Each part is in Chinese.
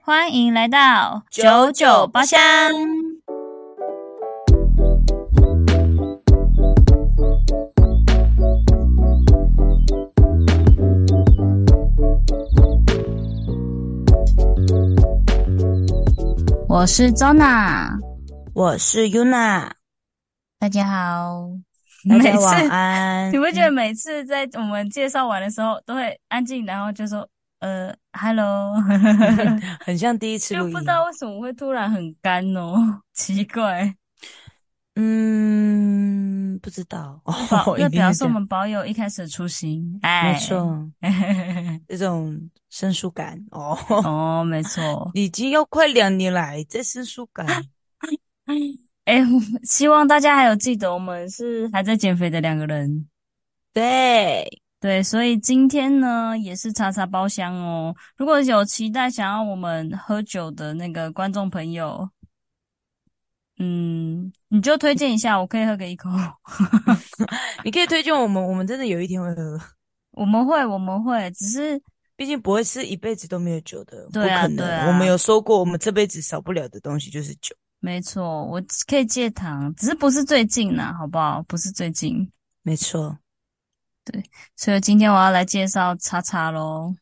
欢迎来到九九包厢。我是周娜， 我是 Yuna， 大家好。 大家晚安。 你不觉得每次在我们介绍完的时候都会安静，然后就说hello 很像第一次录音， 就不知道为什么会突然很干哦，奇怪。 不知道一这定是这样， 表示我们保有一开始的初心， 没哎， 错，这种生疏感哦， 哦，没错。 已经要快2年来这生疏感， 哎，希望大家还有记得我们是还在减肥的两个人。 对， 对，所以今天呢也是茶茶包厢哦。如果有期待想要我们喝酒的那个观众朋友，你就推荐一下，我可以喝个一口。 你可以推荐我们真的有一天会喝， 我们会，只是毕竟不会是一辈子都没有酒的，不对啊， 可能。我们对啊， 有说过，我们这辈子少不了的东西就是酒， 没错，我可以戒糖，只是不是最近啦，好不好？不是最近。 没错。 对，所以今天我要来介绍茶茶咯。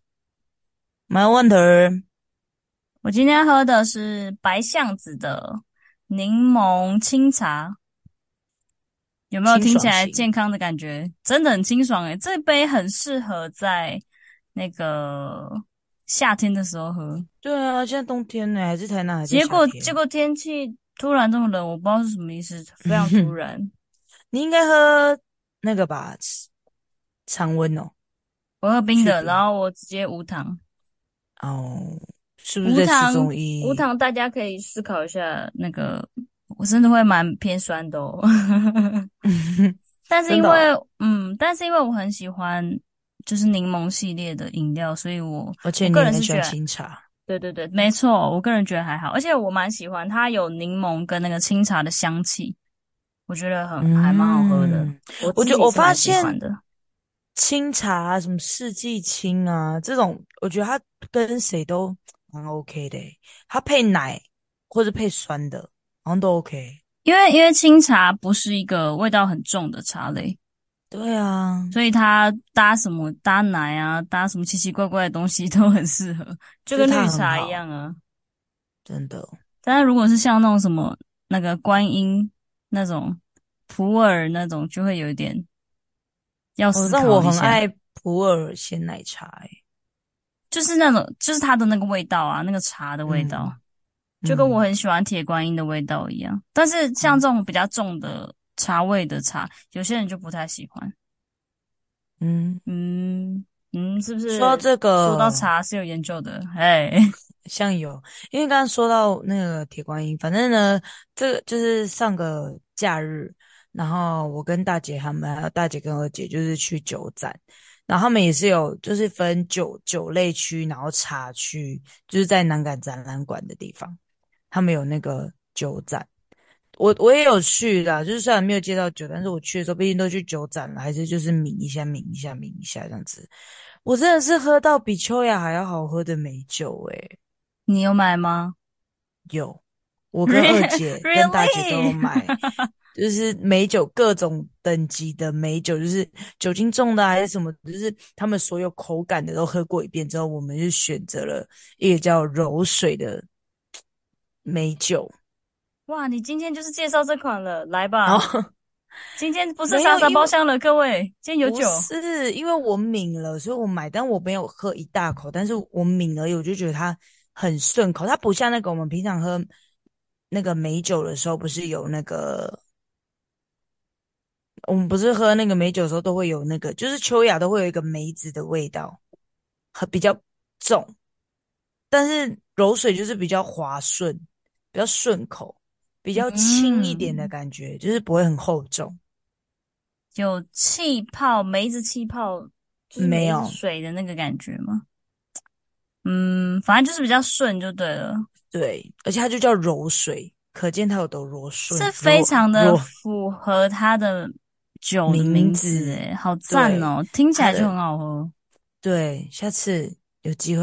My Wonder， 我今天喝的是白巷子的柠檬清茶，有没有清听起爽型。 来健康的感觉？真的很清爽诶，这杯很适合在那个夏天的时候喝。 对啊，现在冬天呢，还是台南还在结夏天。 果结果天气突然这么冷，我不知道是什么意思，非常突然。 你应该喝那个吧，常温哦， 我喝冰的，然去冰。 后我直接无糖。 哦，是不是在吃无糖， 中医？ 无糖，大家可以思考一下，那个我真的会蛮偏酸的哦。但是因为， 真的哦， 但是因为我很喜欢就是柠檬系列的饮料，所以我而且我个你也很喜欢人是觉得， 清茶。 对对对，没错，我个人觉得还好，而且我蛮喜欢它有柠檬跟那个清茶的香气，我觉得还蛮好喝的， 嗯， 我自我觉得我己是蛮喜发现欢的。 清茶啊，什么四季青啊，这种，我觉得它跟谁都蛮 OK 的欸，它配奶或者配酸的，好像都 OK。 因为清茶不是一个味道很重的茶类， 对啊， 所以它搭什么搭奶啊，搭什么奇奇怪怪的东西都很适合，就跟就是它绿茶一很好， 样啊。 真的。 但是如果是像那种什么那个观音那种普洱那种，就会有一点要哦， 思但我考一下， 很爱普洱鲜奶茶欸， 就是那种就是它的那个味道啊，那个茶的味道， 嗯就跟我嗯。 很喜欢铁观音的味道一样。但是像这种比较重的茶味的茶，有些人就不太喜欢。 嗯， 是不是说到这说到个， 茶是有研究的？哎， 像有，因为刚刚说到那个铁观音，反正呢，这个就是上个假日，然后我跟大姐他们，还有大姐跟二姐，就是去酒展，然后他们也是有，就是分酒类区，然后茶区，就是在南港展览馆的地方，他们有那个酒展。我也有去啦，就是虽然没有接到酒，但是我去的时候，毕竟都去酒展了，还是就是抿一下、抿一下、抿一下这样子。我真的是喝到比秋雅还要好喝的美酒诶， 你有买吗有，我跟二姐跟大姐都有 ？Really？ 买，就是美酒各种等级的美酒，就是酒精重的还是什么，就是他们所有口感的都喝过一遍之后，我们就选择了一个叫柔水的美酒， 哇，你今天就是介绍这款了，来吧。 然后今天不是没有， 沙沙因为包厢了，各位，今天有不酒。 是因为我抿了，所以我买，但我没有喝一大口，但是我抿而已，我就觉得它很顺口，它不像那个我们平常喝那个美酒的时候，不是有那个我们不是喝那个美酒的时候都会有那个，就是秋雅都会有一个梅子的味道，比较重，但是柔水就是比较滑顺，比较顺口，比较轻一点的嗯， 感觉，就是不会很厚重， 有气泡，梅子气泡，就是梅子没有。 水的那个感觉吗？反正就是比较顺就对了， 对，而且它就叫柔水，可见它有多柔顺， 是非柔常的柔符合它的酒的名名字， 字。 诶，好赞对， 哦，听起它的来就很好喝。 对，下次有机会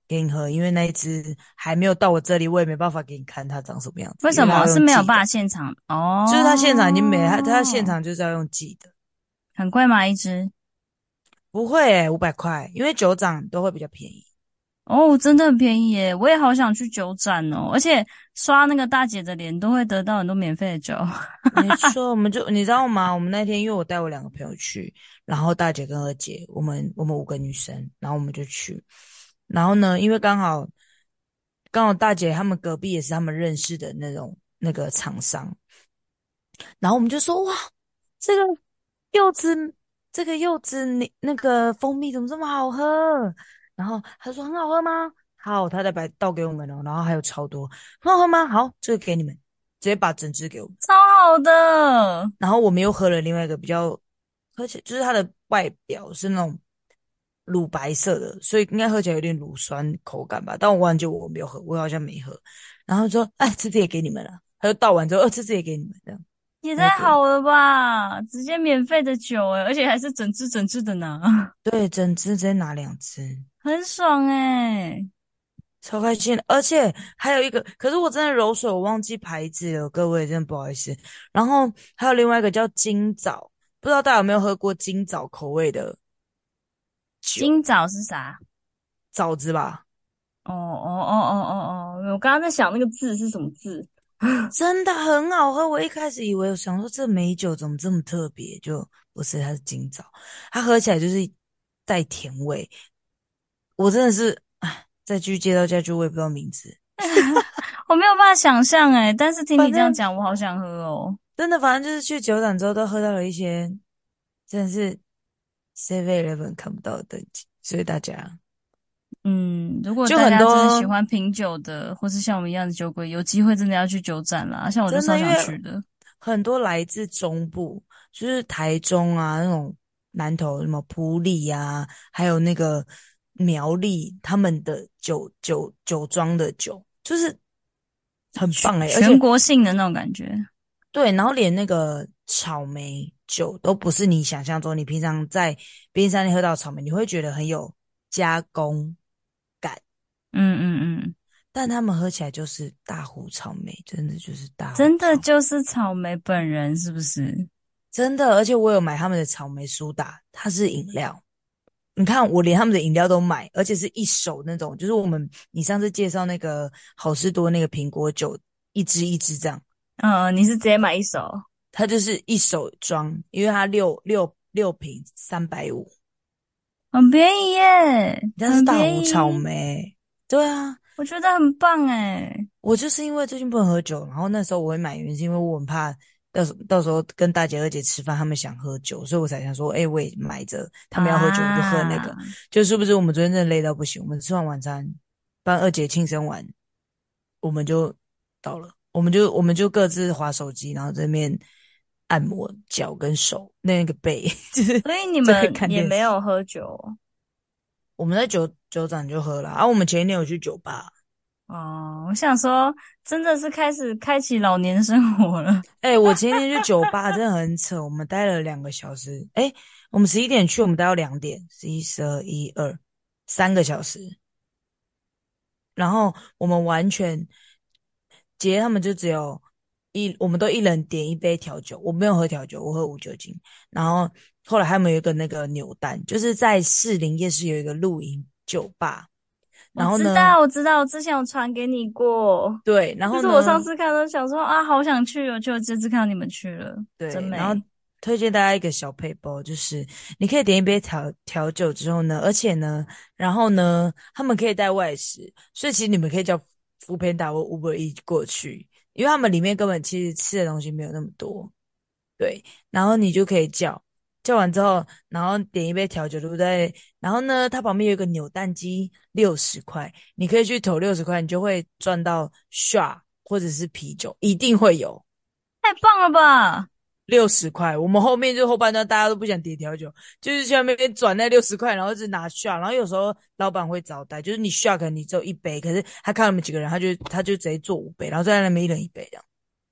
给你喝，因为那一只还没有到我这里，我也没办法给你看它长什么样子， 为什因为它要么是没有用寄的， 办法现场？ 就是它现场已经没了，它现哦， 场就是要用寄的， 很贵吗？一只？ 不会500块，因为酒厂都会比较便宜。 哦，真的很便宜耶！我也好想去酒展哦，而且刷那个大姐的脸都会得到很多免费的酒。 没错，我们就你知道吗？我们那天因为我带我2个朋友去，然后大姐跟二姐，我们5个女生，然后我们就去，然后呢，因为刚好大姐他们隔壁也是他们认识的那个厂商，然后我们就说哇，这个柚子柚子那个蜂蜜怎么这么好喝？然后他说很好喝吗？好，他再把倒给我们哦，然后还有超多，很好喝吗？好，这个给你们，直接把整支给我们。 超好的。 然后我们又喝了另外一个比较，而且就是它的外表是那种乳白色的，所以应该喝起来有点乳酸口感吧。但我忘记我没有喝，我好像没喝。然后说，哎，这支也给你们了。他就倒完之后，这支也给你们，这样也太他就给我们。 好了吧！直接免费的酒诶，而且还是整支整支的拿， 对，整支直接拿2支， 很爽诶。 超开心的。而且还有一个，可是我真的揉水，我忘记牌子了，各位真的不好意思。然后还有另外一个叫金枣，不知道大家有没有喝过金枣口味的酒？ 今早是啥？ 枣子吧。 哦哦哦哦哦哦，我刚刚在想那个字是什么字？ 真的很好喝。我一开始以为，我想说这美酒怎么这么特别，就不是，它是金枣，它喝起来就是带甜味。我真的是，哎，再继续介绍下去，我也不知道名字。 我没有办法想象诶，但是听你反正这样讲，我好想喝哦。 真的，反正就是去酒展之后都喝到了一些真的是 7-Eleven 看不到的等级，所以大家嗯，如果就很大家真的喜多欢品酒的，或是像我们一样的酒鬼，有机会真的要去酒展啦。像我就超真的，因为想去的。 很多来自中部，就是台中啊那种南投什么埔里啊，还有那个苗栗，他们的酒庄的酒，就是很全棒而且全国性的那种感觉。 对，然后连那个草莓酒都不是你想象中，你平常在便利商店喝到的草莓，你会觉得很有加工感， 嗯嗯嗯， 但他们喝起来就是大湖草莓，真的就是大湖真的草莓。 就是草莓本人，是不是？ 真的，而且我有买他们的草莓苏打，它是饮料。你看，我连他们的饮料都买，而且是一手那种，就是你上次介绍那个好事多那个苹果酒，一支一支这样， 你是直接买一手， 它就是一手装，因为它六瓶350， 很便宜耶，很但是大湖草便宜， 莓。对啊， 我觉得很棒诶。 我就是因为最近不能喝酒，然后那时候我会买，原因是因为我很怕到时候跟大姐二姐吃饭，他们想喝酒，所以我才想说，哎、我也买着，他们要喝酒我就喝那个。 啊， 就是不是我们昨天真的累到不行，我们吃完晚餐，帮二姐庆生完，我们就到了，我们就各自划手机，然后在那边按摩脚跟手那个背，就是所以你在们也看电视。 没有喝酒哦？ 我们在酒展就喝了，然后我们前一天有去酒吧。 哦，我想说，真的是开始开启老年生活了。 哎、我前一天去酒吧真的很扯，我们待了2个小时。哎、我们11点去，我们待到2点，11、12、1、2，3个小时。然后我们完全，姐他们就只有我们都一人点一杯调酒，我没有喝调酒，我喝无酒精。然后后来他们有一个那个扭蛋，就是在士林夜市有一个露营酒吧。 我然后呢， 知道，我知道，我之前有传给你过， 对，然就是我上后呢， 次看都想说啊，好想去哦，就这次看到你们去了，真对，然后美。 推荐大家一个小配包，就是你可以点一杯调酒之后呢，而且呢，然后呢，他们可以带外食，所以其实你们可以叫 Foodpanda 或 Uber E 过去，因为他们里面根本其实吃的东西没有那么多，对，然后你就可以叫完之后，然后点一杯调酒，对不对？然后呢，它旁边有一个扭蛋机，60块，你可以去投60块，你就会赚到 shot 或者是啤酒，一定会有。 太棒了吧！ 60块，我们后面就后半段大家都不想点调酒，就是去那边转那60块，然后就拿 shot，然后有时候老板会招待，就是你 shot 可能你只有一杯，可是他看我们几个人，他就直接做5杯，然后在那边一人一杯这样。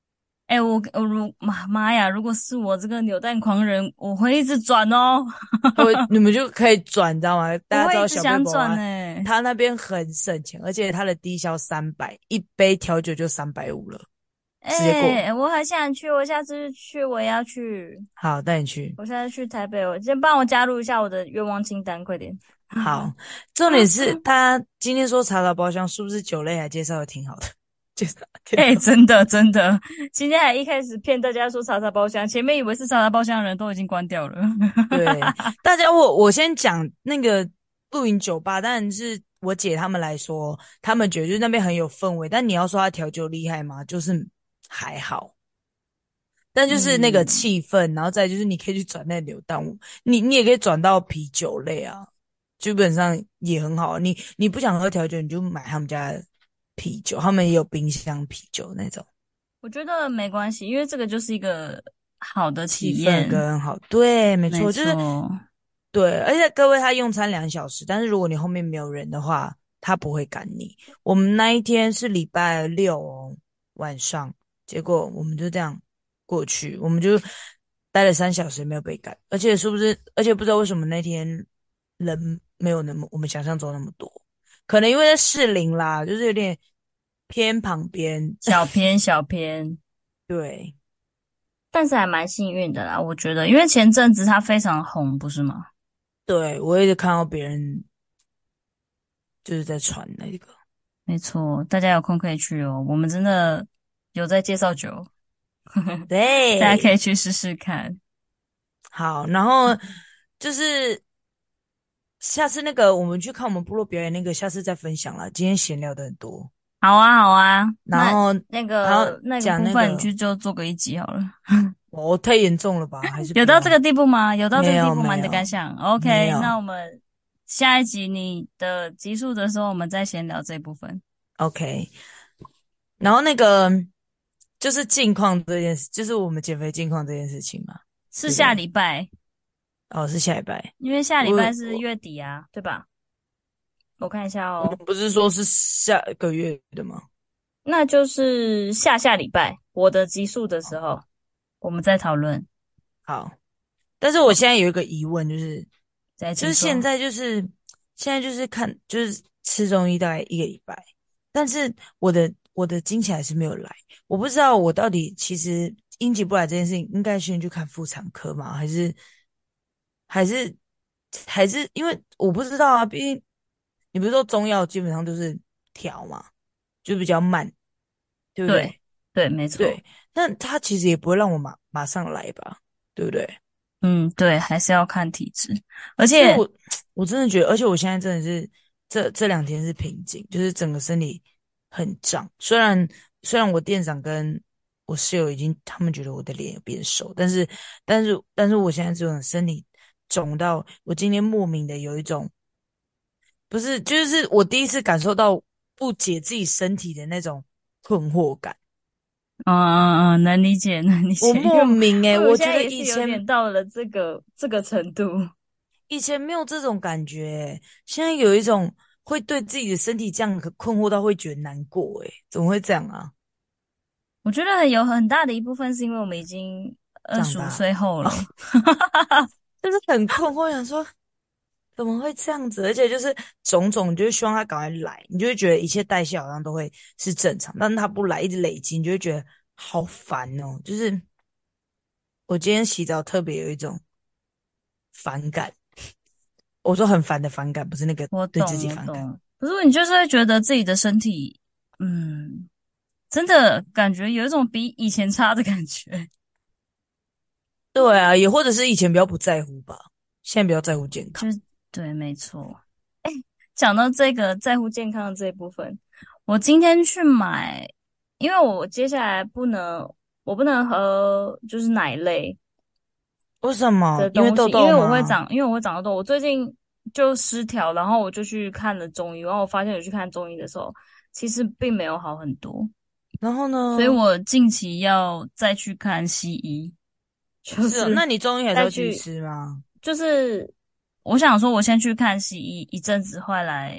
哎、妈呀！如果是我这个扭蛋狂人，我会一直转哦， 你们就可以转，你知道吗？大我会一家知道小贝直想转宝啊， 呢、 他那边很省钱，而且他的低消300，一杯调酒就350了，直接过。 哎、我很想去，我下次去我也要去。 好，带你去。 我现在去台北，我先帮我加入一下我的愿望清单，快点。 好，重点是他今天说茶岛包厢是不是酒类还介绍的挺好的？介绍挺哎、 好。 真的真的，今天还一开始骗大家说查查包厢，前面以为是查查包厢的人都已经关掉了。 对，大家我先讲那个露营酒吧，当然是我姐他们来说，他们觉得就是那边很有氛围，但你要说他调酒厉害吗？就是还好。但就是那个嗯， 气氛，然后再就是你可以去转那个扭蛋，你也可以转到啤酒类啊，基本上也很好。你不想喝调酒，你就买他们家的啤酒，他们也有冰箱啤酒那种， 我觉得没关系，因为这个就是一个好的气氛体验。 跟好。对，没没错，就是错， 对。而且各位他用餐2小时，但是如果你后面没有人的话，他不会赶你。我们那一天是礼拜6哦，晚上，结果我们就这样过去，我们就待了3小时，没有被赶，而且是不是？而且不知道为什么那天人没有那么我们想象中那么多，可能因为在士林啦，就是有点偏旁边。 小偏小偏， 对但是还蛮幸运的啦，我觉得，因为前阵子它非常红，不是吗？ 对，我一直看到别人就是在传那个。 没错，大家有空可以去哦。我们真的有在介绍酒，大家可以对， 去试试看。 好，然后就是下次那个我们去看我们部落表演那个，下次再分享啦。今天闲聊的很多， 好啊，好啊，那然后那还要个那个部分你讲那个， 去就做个一集好了。 太严重了吧？还是不要？ 有到这个地步吗？有到这没有个地步吗？你的感没有想没 ？OK，那有我们下一集你的集数的时候，我们再闲聊这一部分。 ，OK。然后那个就是近况这件事，就是我们减肥近况这件事情嘛， 是下对不对？ 礼拜， 哦，是下礼拜。 因为下礼拜是我月底啊，对吧？我看一下我们哦， 不是说是下个月的吗？ 那就是下下礼拜我的集数的时候，我们再讨论。 好，但是我现在有一个疑问，就是再就是现请说。 在就是现在就是看就是吃中医大概1个礼拜，但是我的经期还是没有来，我不知道我到底其实阴期不来这件事情应该先去看妇产科吗？还是还是因为我不知道啊，毕竟你不是说中药基本上都是调嘛，就比较慢，对不对对？ 对，没错。 对，但它其实也不会让我马上来吧，对不对？ 嗯，对，还是要看体质，而且所以我我真的觉得，而且我现在真的是这2天是瓶颈，就是整个身体很胀。虽然我店长跟我室友他们觉得我的脸有变瘦，但是我现在这种身体肿到我今天莫名的有一种不是，就是我第一次感受到不解自己身体的那种困惑感。 能理解，能理解，因为我莫名我我觉得现在也是有以前点到了这个程度。 以前没有这种感觉，现在有一种会对自己的身体这样很困惑到会觉得难过，怎么会这样啊？ 我觉得有很大的一部分是因为我们已经二十五长大哦， 岁后了。 就是很困惑，想说怎么会这样子？而且就是种种，你就会希望他赶快来，你就会觉得一切代谢好像都会是正常，但是他不来，一直累积，你就会觉得好烦哦。就是我今天洗澡特别有一种反感，我说很烦的反感，不是那个对自我懂， 己反感。 我懂。可是你就是会觉得自己的身体，嗯，真的感觉有一种比以前差的感觉。 对啊，也或者是以前比较不在乎吧，现在比较在乎健康。 就是对，没错。讲到这个在乎健康的这一部分，我今天去买，因为我接下来我不能喝就是奶类为什么？因为的东西， 痘痘吗？ 因为我会长痘痘。我最近就失调，然后我就去看了中医，然后我发现我去看中医的时候，其实并没有好很多， 然后所以呢？ 我近期要再去看西医，就是哦， 是那你中医还是要继续再去， 吃吗？ 就是我想说，我先去看西医一阵子，后来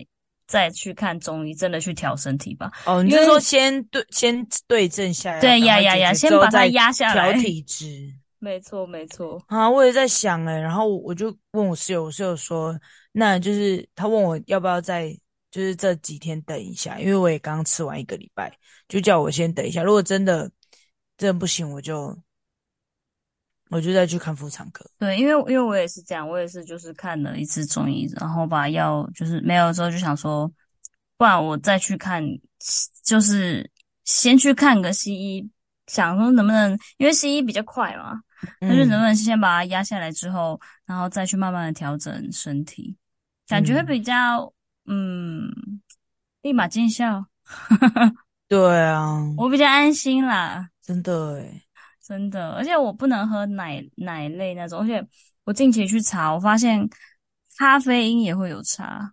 再去看中医，真的去调身体吧。 哦，你因为是说先对症下药， 对赶呀呀呀， 快解决之先把它后再压下来。 调体质没错没错。 啊？我也在想然后我就问我室友，我室友说，那就是他问我要不要再就是这几天等一下，因为我也刚吃完1个礼拜，就叫我先等一下，如果真的不行，我就再去看妇产科。 对，因为我也是这样，我也是就是看了一次中医，然后把药就是没有之后就想说，不然我再去看，就是先去看个西医，想说能不能，因为西医比较快嘛，那就能不嗯能先把它压下来之后，然后再去慢慢的调整身体，感觉会嗯， 比较嗯立马见效， 对啊， 我比较安心啦。 真的诶。 真的，而且我不能喝奶类那种，而且我近期去查，我发现咖啡因也会有差。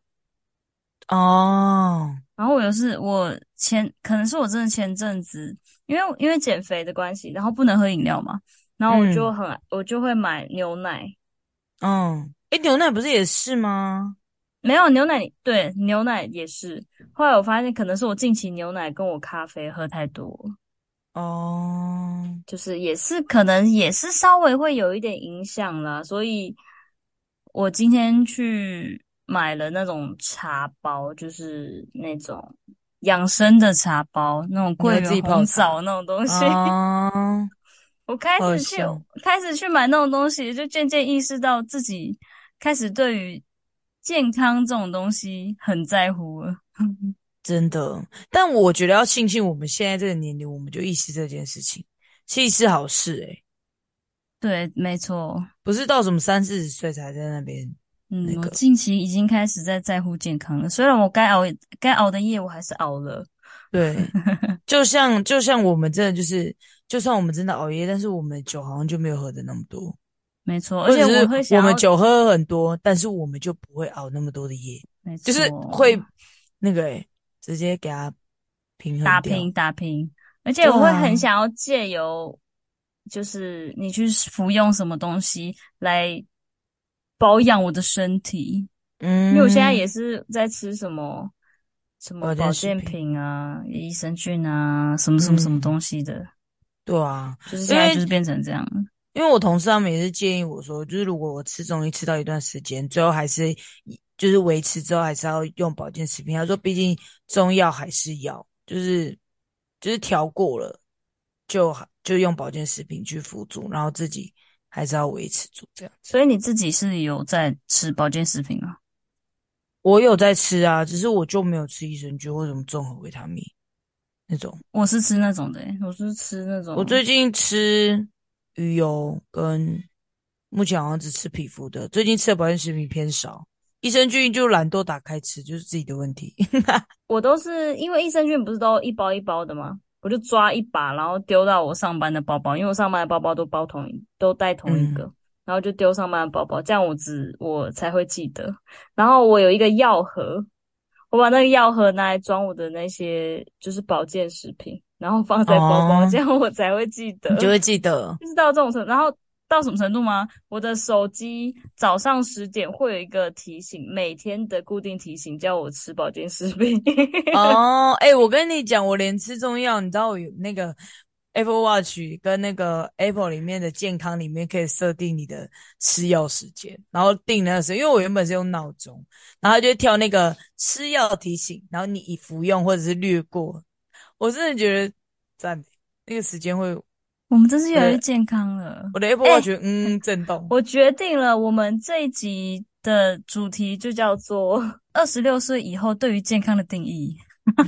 哦， 然后可能是我真的前阵子，因为减肥的关系，然后不能喝饮料嘛，然后嗯我就会买牛奶， 嗯，诶，牛奶不是也是吗？ 没有牛奶，对，牛奶也是。后来我发现可能是我近期牛奶跟我咖啡喝太多了， 哦， 就是可能也是稍微会有一点影响啦，所以我今天去买了那种茶包，就是那种养生的茶包，那种桂圆你会自己泡茶红枣那种东西。 啊？ 我开始去好笑， 开始去买那种东西，就渐渐意识到自己开始对于健康这种东西很在乎了。 真的。但我觉得要庆幸我们现在这个年龄，我们就意识这件事情，其实是好事诶， 对，没错。 不是到什么30、40岁才在那边那嗯，我个。 近期已经开始在乎健康了，虽然我该熬的夜我还是熬了。 对，就像我们真的就是，就算我们真的熬夜，但是我们酒好像就没有喝的那么多， 没错，而且我或者是我们会想要， 酒喝很多，但是我们就不会熬那么多的夜， 没就是会错， 那个直接给它平衡打拼掉。 打拼，而且我会很对啊， 想要借由，就是你去服用什么东西来保养我的身体，因为我现在也嗯， 是在吃什么保健保健食品， 品啊、益生菌啊、什么什么什么嗯， 东西的， 对啊， 就是因为现在就是变成这样。 因为我同事他们也是建议我说，就是如果我吃中医吃到一段时间，最后还是就是维持之后还是要用保健食品。他说，毕竟中药还是要，就是调过了，就用保健食品去辅助，然后自己还是要维持住这样子。 所以你自己是有在吃保健食品啊？ 我有在吃啊，只是我就没有吃益生菌或什么综合维他命那种。 我是吃那种的我是吃那我种。 最近吃鱼油跟目前好像只吃皮肤的，最近吃的保健食品偏少，益生菌就懒惰打开吃，就是自己的问题。 我都是因为益生菌不是都一包一包的吗？我就抓一把，然后丢到我上班的包包，因为我上班的包包都带同一个， 嗯， 然后就丢上班的包包，这样我才会记得。然后我有一个药盒，我把那个药盒拿来装我的那些就是保健食品，然后放在包包，这哦， 样我才会记得。 你就会记得。 就是到这种程度，然后到什么程度吗？我的手机早上10点会有一个提醒，每天的固定提醒，叫我吃保健食品。 哦，我跟你讲，我连吃中药，你知道我有那个 Apple Watch 跟那个 Apple 里面的健康里面可以设定你的吃药时间，然后定那个时间，因为我原本是用闹钟，然后它就会跳那个吃药提醒，然后你已服用或者是略过，我真的觉得赞，那个时间会我们真是越我的来越健康了。 我的 Apple 哎、 Watch 震动， 我决定了，我们这一集的主题就叫做26岁以后对于健康的定义。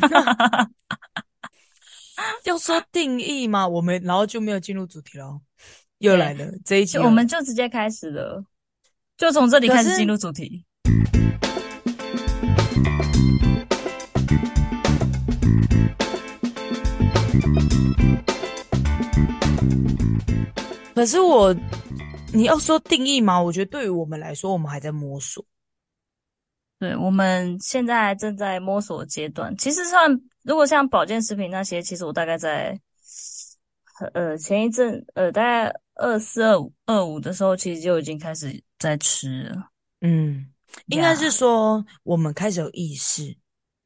要说定义嘛，我们然后就没有进入主题了，又对， 来了这一集我们又来了， 就直接开始了，就从这里可是。 开始进入主题。 可是你要说定义吗？我觉得对于我们来说，我们还在摸索。 对，我们现在正在摸索阶段。其实算，如果像保健食品那些，其实我大概在前一阵大概24、25的时候，其实就已经开始在吃了嗯，应该是呀。 说我们开始有意识，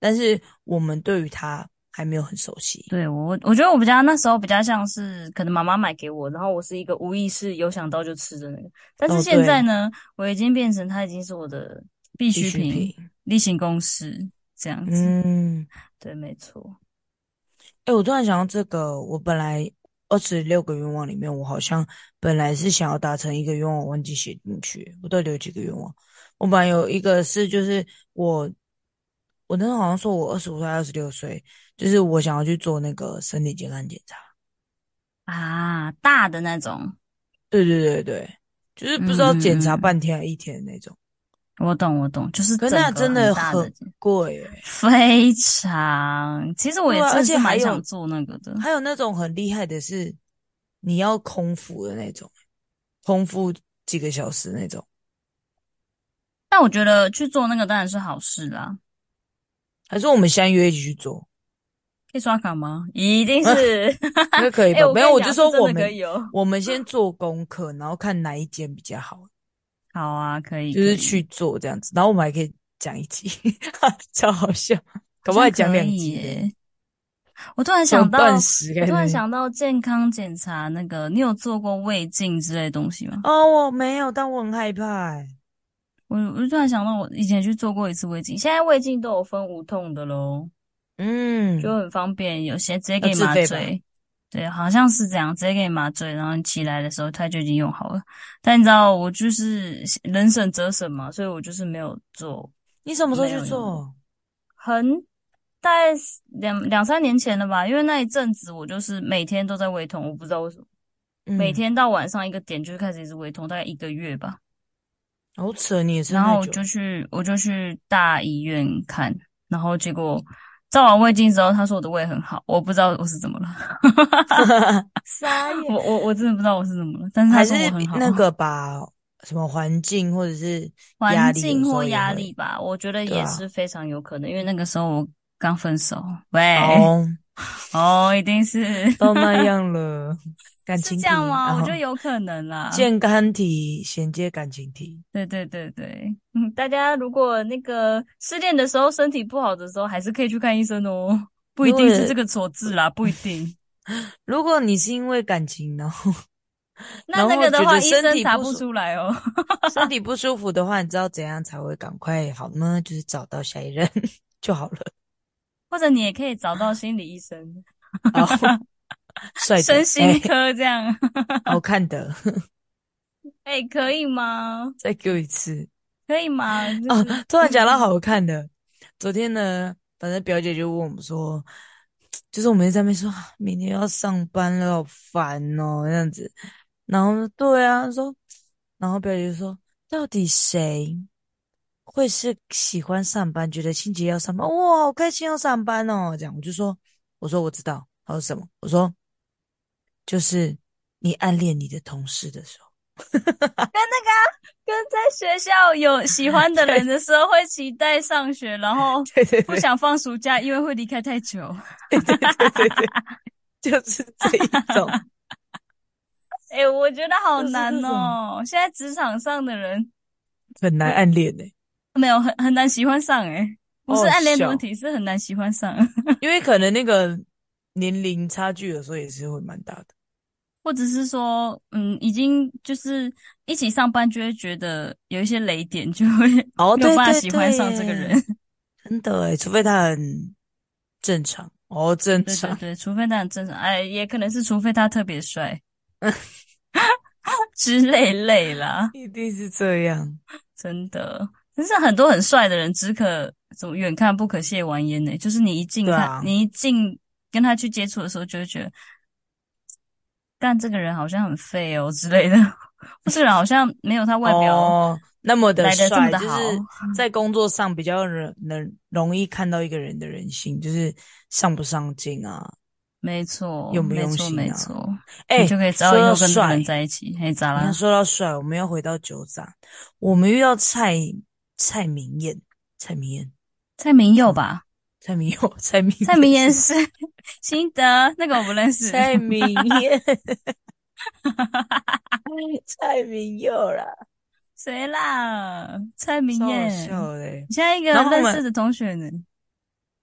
但是我们对于它还没有很熟悉。 对，我觉得我比较那时候比较像是可能妈妈买给我，然后我是一个无意识有想到就吃的那个。但是哦， 现在对， 呢，我已经变成它已经是我的必必需品、 需品。 例行公事这样子。 嗯， 对，没错。 哎，我突然想到这个，我本来26个愿望里面，我好像本来是想要达成一个愿望，我忘记写进去。我到底有几个愿望？我本来有一个是，就是我那时候好像说我25岁、26岁，就是我想要去做那个身体健康检查。 啊，大的那种。 对对对对，就是不知道嗯检查嗯嗯， 半天还一天的那种。 我懂我懂，就是可那真整个很的很大的， 贵诶。 非常。其实我对啊，而也真的是且还有蛮想做那个的， 还有那种很厉害的是，你要空腹的那种，空腹几个小时那种。 但我觉得去做那个当然是好事啦。 还是我们相约一起去做？ 可以刷卡吗？一定是。 应该可以吧？没有， 我跟你讲，是我就说真的可以哦。 我们先做功课，然后看哪一间比较好， 好啊，可以可以， 就是去做这样子，然后我们还可以讲一集，超好笑， 好搞不好还讲像可两集呢。 以耶。我突然从想到， 断食我突然开始。 想到健康检查那个，你有做过胃镜之类的东西吗？ 哦，我没有，但我很害怕欸。 我就突然想到，我以前去做过一次胃镜，现在胃镜都有分无痛的咯，就嗯， 很方便，有些直接要给你自费吧？ 麻醉。对，好像是这样，直接给你麻醉，然后你起来的时候它就已经用好了。但你知道，我就是能省则省嘛，所以我就是没有做， 你什么时候去没有用。 做？ 很大概两三年前了吧，因为那一阵子我就是每天都在胃痛，我不知道为什么，每嗯， 天到晚上一个点就开始一直胃痛，大概一个月吧。 好扯，你也撑然后太久了。 我就去大医院看，然后结果照完胃镜之后，他说我的胃很好，我不知道我是怎么了。 傻眼。 我真的不知道我是怎么了，但是他还是说我很好。 那个吧，什么环境或者是压环力，有时境或压候也会。 力吧，我觉得也是对啊。 非常有可能，因为那个时候我刚分手。喂， 哦， 哦，一定是。 都那样了，感是情题， 这样吗？ 然后我觉得有可能啦。 健康题衔接感情题。 对对对对，大家如果那个失恋的时候身体不好的时候，还是可以去看医生哦，不一如果定是这个错字啦，不一定。 如果你是因为感情，然后那然后觉那个的话，医得身生查不体不舒出来哦。 身体不舒服的话，你知道怎样才会赶快好呢？就是找到下一任就好了。 或者你也可以找到心理医生， 好，帅的， 身心科这样。 好看的。 哎，可以吗？ 再给我一次。 可以吗？就哦， 是突然讲到好看的，昨天呢，反正表姐就问我们说，就是我们在那边说，明天要上班了，好烦哦，这样子。然后对啊，说，然后表姐就说，到底谁会是喜欢上班，觉得星期一要上班，哇，好开心要上班哦，这样我说我知道，他说什么？我说就是你暗恋你的同事的时候。 跟那个啊跟在学校有喜欢的人对的时候，会期待上学，然后对对对不想放暑假，因为会离开太久。 对对对对对，就是这一种。 哎，我觉得好就是难这种哦。现在职场上的人， 很难我暗恋呢、 没有很难喜欢上，哎，不好好是暗恋的问笑。 题，是很难喜欢上。 因为可能那个年龄差距有时候也是会蛮大的。 或者是说，已经就是一起上班，就会觉得有一些雷点，就会哦， 没有对办法喜欢对对上这个人。 耶，真的诶，除非他很正常哦，正常。 对对对，除非他很正常，哎，也可能是除非他特别帅之类啦。 一定是这样。 真的。但是很多很帅的人，只可怎么远看不可亵玩焉呢？就是对啊。 你一近跟他去接触的时候，就会觉得，干这个人好像很废哦之类的，或这个人好像没有他外表哦，那么的来的这么帅， 的好。 就是在工作上比较容易看到一个人的人性，就是上不上进啊， 没错， 用不用没错， 心啊。 没错，你哎， 就可以知道说以到帅， 后跟这个人在一起。嘿，咋你看， 啦？ 说到帅，我们要回到酒展，我们遇到蔡明燕，蔡明燕蔡明是吗？ 佑吧？ 蔡明佑，蔡明蔡明燕是也是新的那个我不认识。 蔡明燕，蔡明佑啦， 谁啦？蔡明超好燕， 笑的欸。 你现在一个然后我们认识的同学呢？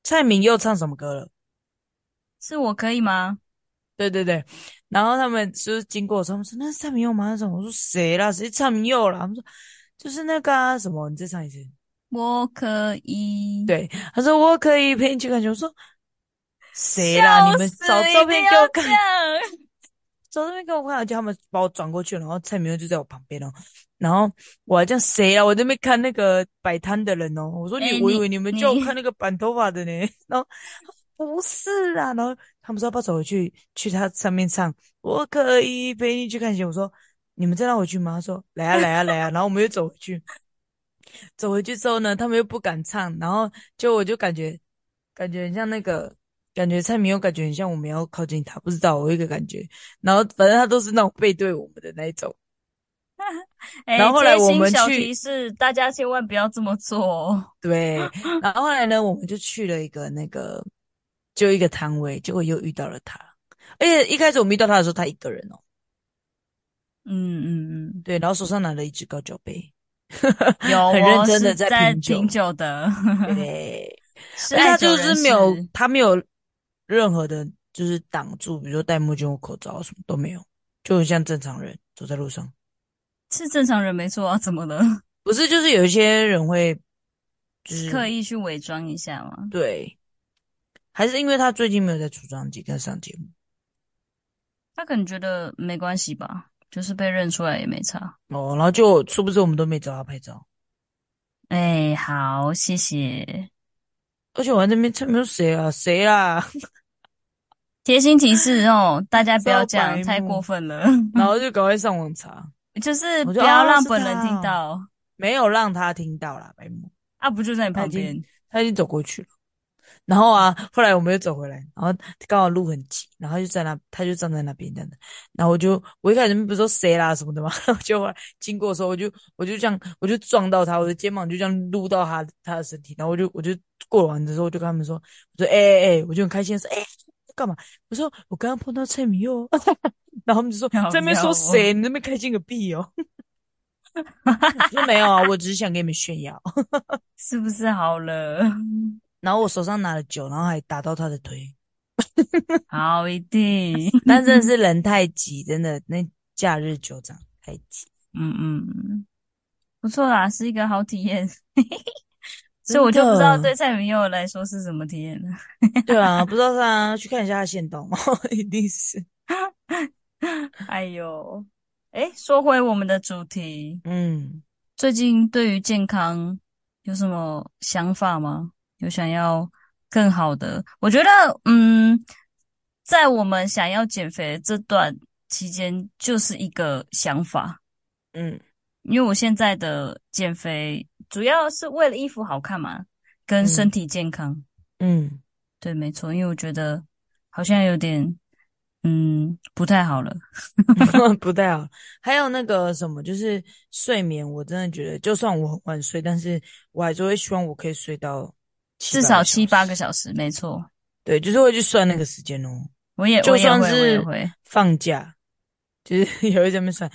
蔡明又唱什么歌了？ 是我可以吗？ 对对对，然后他们就是经过的时候，他们说那是蔡明佑吗？那种我说谁啦？谁蔡明佑啦？他们说就是那个啊什么，你再唱一次。 我可以， 对，他说我可以陪你去看球。我说笑谁啦？你们死， 找照一定要片给我看， 这样。 找照片给我看，叫他们把我转过去，然后蔡明佑就在我旁边哦。然后我还这样谁啊？我这边看那个摆摊的人哦。我说哎、 我以为你你们叫我看你那个绑头发的呢。然后不是啊，然后他们说要不要走回去，去他上面唱，我可以陪你去看球。我说你们再让我去吗？他说来啊来啊来啊，然后我们又走回去。走回去之后呢，他们又不敢唱，然后我就感觉很像那个，感觉蔡明又感觉很像我们要靠近他，不知道我有一个感觉，然后反正他都是那种背对我们的那一种。然哎、 后后来我贴心小提们去， 示，大家千万不要这么做哦。 对，然后后来呢，我们就去了一个那个，就一个摊位，结果又遇到了他，而且一开始我们遇到他的时候，他一个人哦， 嗯嗯嗯， 对，然后手上拿了一只高脚杯， 有， 很认我真的在是在品酒。 品酒的， 对， 是而且他就爱酒人是没有， 士， 他没有任何的，就是挡住，比如说戴墨镜或口罩什么都没有，就很像正常人走在路上。 是正常人没错啊，怎么了？ 不是，就是有一些人会，就是刻意去伪装一下吗？ 对，还是因为他最近没有在出专辑跟上节目他可能觉得没关系吧，就是被认出来也没差。 哦，然后就殊不知我们都没找他拍照， 哎，好，谢谢。 而且我在那边这没有谁啊，谁啊， 贴心提示哦，大家不要超这样，太过白目， 分了。 然后就赶快上网查， 就是我就不要让是他本人听哦， 到没有让他听到啦，白目， 啊，不就在你他已经旁边？ 走过去了。然后啊，后来我们又走回来，然后刚好路很急，然后他就站在那边这样的。然后我一开始不是说谁啦什么的嘛，然后就后来经过的时候，我就这样，我就撞到他，我的肩膀就这样撸到他的身体，然后我就过完的时候，我就跟他们说，我说我就很开心地说，干嘛？我说我刚刚碰到蔡明佑，然后他们就说要不在那边说要我？ 谁？你那边开心个屁哦！我说没有啊，我只是想给你们炫耀。 是不是好了？ 然后我手上拿了酒，然后还打到他的腿。 好，一定。 但真的是人太挤，真的那假日酒厂太挤， 嗯嗯，不错啦，是一个好体验。所以真我就不知道的。 对蔡明佑来说是什么体验了。 对啊，不知道他去看一下他现动，一定是。 哎呦，诶，说回我们的主题， 嗯最近对于健康有什么想法吗？有想要更好的？我觉得，在我们想要减肥的这段期间，就是一个想法。 嗯因为我现在的减肥主要是为了衣服好看嘛，跟身嗯体健康。 嗯， 对，没错，因为我觉得好像有点，不太好了。 不太好。还有那个什么，就是睡眠，我真的觉得，就算我很晚睡，但是我还是会希望我可以睡到七至八个少七八个小时。 小时，没错。 对，就是会去算那个时间哦。 我就也会，我也算是会。 放假，就是有一在那边算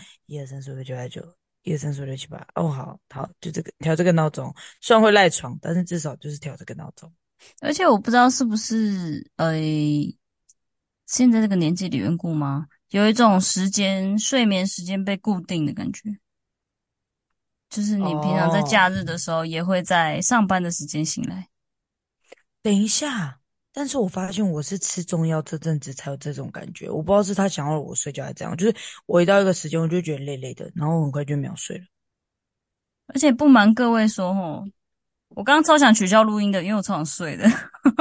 1、2、3、4、5、6、7、8、9，1、2、3、4、5、6、7、8。哦，好好，就这个调这个闹钟，虽然会赖床，但是至少就是调这个闹钟。 而且我不知道是不是现在这个年纪的缘故吗？有一种睡眠时间被固定的感觉，就是你平常在哦， 假日的时候，也会在上班的时间醒来。 等一下，但是我发现我是吃中药这阵子才有这种感觉，我不知道是他想要我睡觉还是怎样，就是我一到一个时间我就觉得累累的，然后我很快就秒睡了。 而且不瞒各位说，吼，我刚刚超想取消录音的，因为我超想睡的。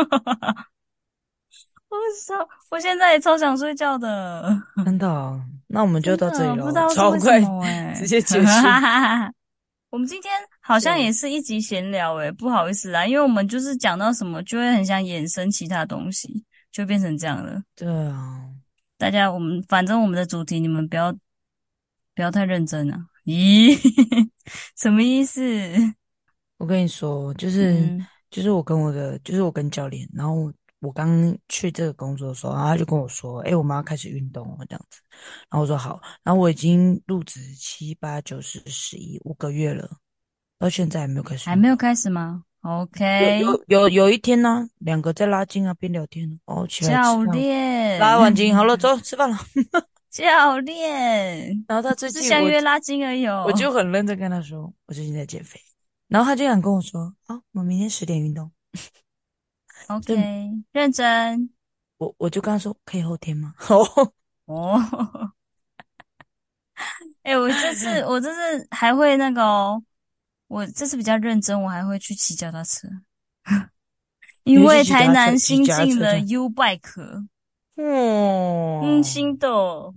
我现在也超想睡觉的， 真的哦，那我们就到这里真的不知喽， 道是为什超快， 么直哎、 接结束， 我们今天好像也是笑死。 一集闲聊诶，不好意思啦，因为我们就是讲到什么就会很想衍生其他东西，就变成这样了。 对啊， 大家，反正我们的主题你们不要太认真啊！咦，什么意思？ 我跟你说，就是嗯， 我跟教练，然后我刚去这个工作的时候，然后他就跟我说，我们要开始运动哦，这样子，然后我说好，然后我已经入职7、8、9、10、11，5个月了，到现在还没有开始运动。 还没有开始吗？ 有 OK， 有有有一天呢、两个在拉筋啊，边聊天哦，起来吃教饭， 练， 拉完筋好了，走吃饭了。 教练， 然后他最不是近我相约拉筋而已我哦。 就很认真跟他说，我最近在减肥，然后他就想跟我说，好，我明天10点运动，所以 OK，认真我就跟他说，可以后天吗？哦， 哦。哎、我这次还会那个哦，我这次比较认真，我还会去骑脚踏车， 你会去因为台南骑脚踏新进了车这样？ U Bike， 哦， 新的哦。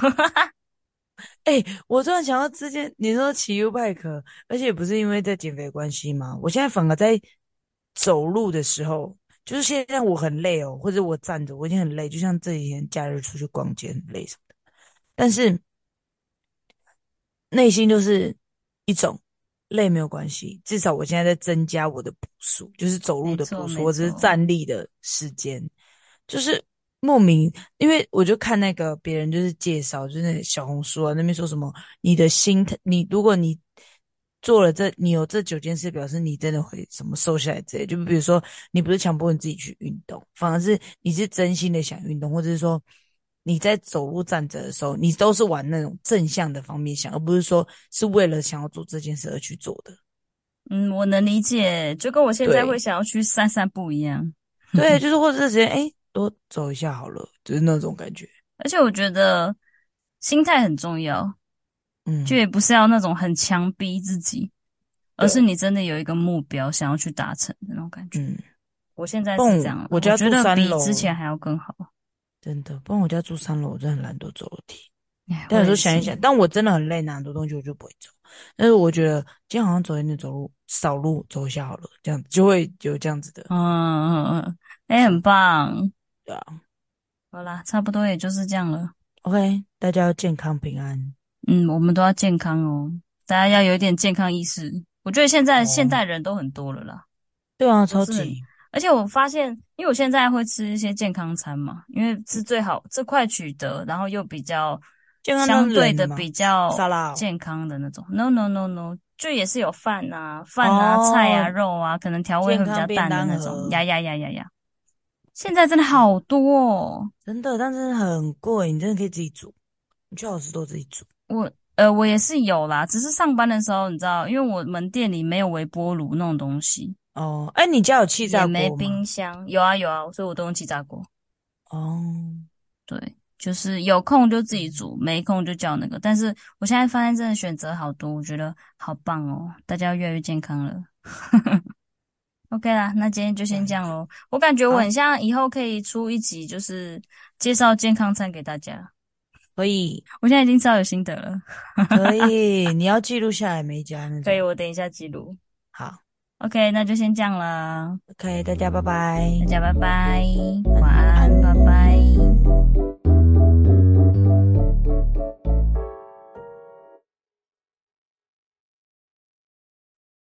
哎、我突然想到之前你说骑 U bike，而且不是因为在减肥关系吗？我现在反而在走路的时候，就是现在我很累哦，或者我站着我已经很累，就像这几天假日出去逛街很累什么的，但是内心就是一种累没有关系，至少我现在在增加我的步数，就是走路没错， 的步数，或者是没错， 站立的时间，就是莫名，因为我就看那个别人就是介绍，就是那小红书啊那边说什么，你的心态，你如果你做了这，你有这9件事，表示你真的会什么瘦下来之类，就比如说你不是强迫你自己去运动，反而是你是真心的想运动，或者是说你在走路站着的时候，你都是往那种正向的方面想，而不是说是为了想要做这件事而去做的。 嗯，我能理解，就跟我现在会对想要去散散步一样。 对，就是或者是直接多走一下好了，就是那种感觉。 而且我觉得心态很重要，就嗯， 也不是要那种很强逼自己，而是对， 你真的有一个目标想要去达成的那种感觉。 嗯， 我现在不然是这样了，我觉我家住得比之三楼， 前还要更好。 真的，不然我家住三楼，我真的很懒得走楼梯。 哎， 但有时我也是， 候想一想，但我真的很累，拿很多东西我就不会走。但是我觉得今天好像走一点走路，少路走一下好了，这样子就会有这样子的哎，很想法。 棒。 对啊好啦，差不多也就是这样了。 ，OK，大家要健康平安嗯，我们都要健康哦，大家要有一点健康意识。我觉得现在现哦。 代人都很多了啦。 对啊， 都是很， 超级而且我发现，因为我现在会吃一些健康餐嘛，因为是最好最快取得，然后又比较健康的相对的人嘛， 比较沙拉哦。 健康的那种。No no no no，就也是有饭啊、菜啊、 哦， 肉啊，可能调味健会比较康便当淡的那种。 盒， 呀呀呀呀呀！现在真的好多哦。 真的，但是很贵，你真的可以自己煮，你去好吃多自己煮。 我也是有啦，只是上班的时候，你知道，因为我门店里没有微波炉那种东西， 哦，哎，你家有气也炸没冰锅吗？ 箱。有啊有啊，所以我都用气炸锅。 哦， 对，就是有空就自己煮，没空就叫那个。但是我现在发现真的选择好多，我觉得好棒哦，大家越来越健康了。OK 啦，那今天就这样子， 先这样喽。我感觉我好， 很像以后可以出一集，就是介绍健康餐给大家。 可以， 我现在已经超有心得了， 可以，你要记录下来每一家那可以， 种。 我等一下记录。 好 OK，那就先这样了， ，OK，大家拜拜， 大家拜拜，晚晚安，拜安。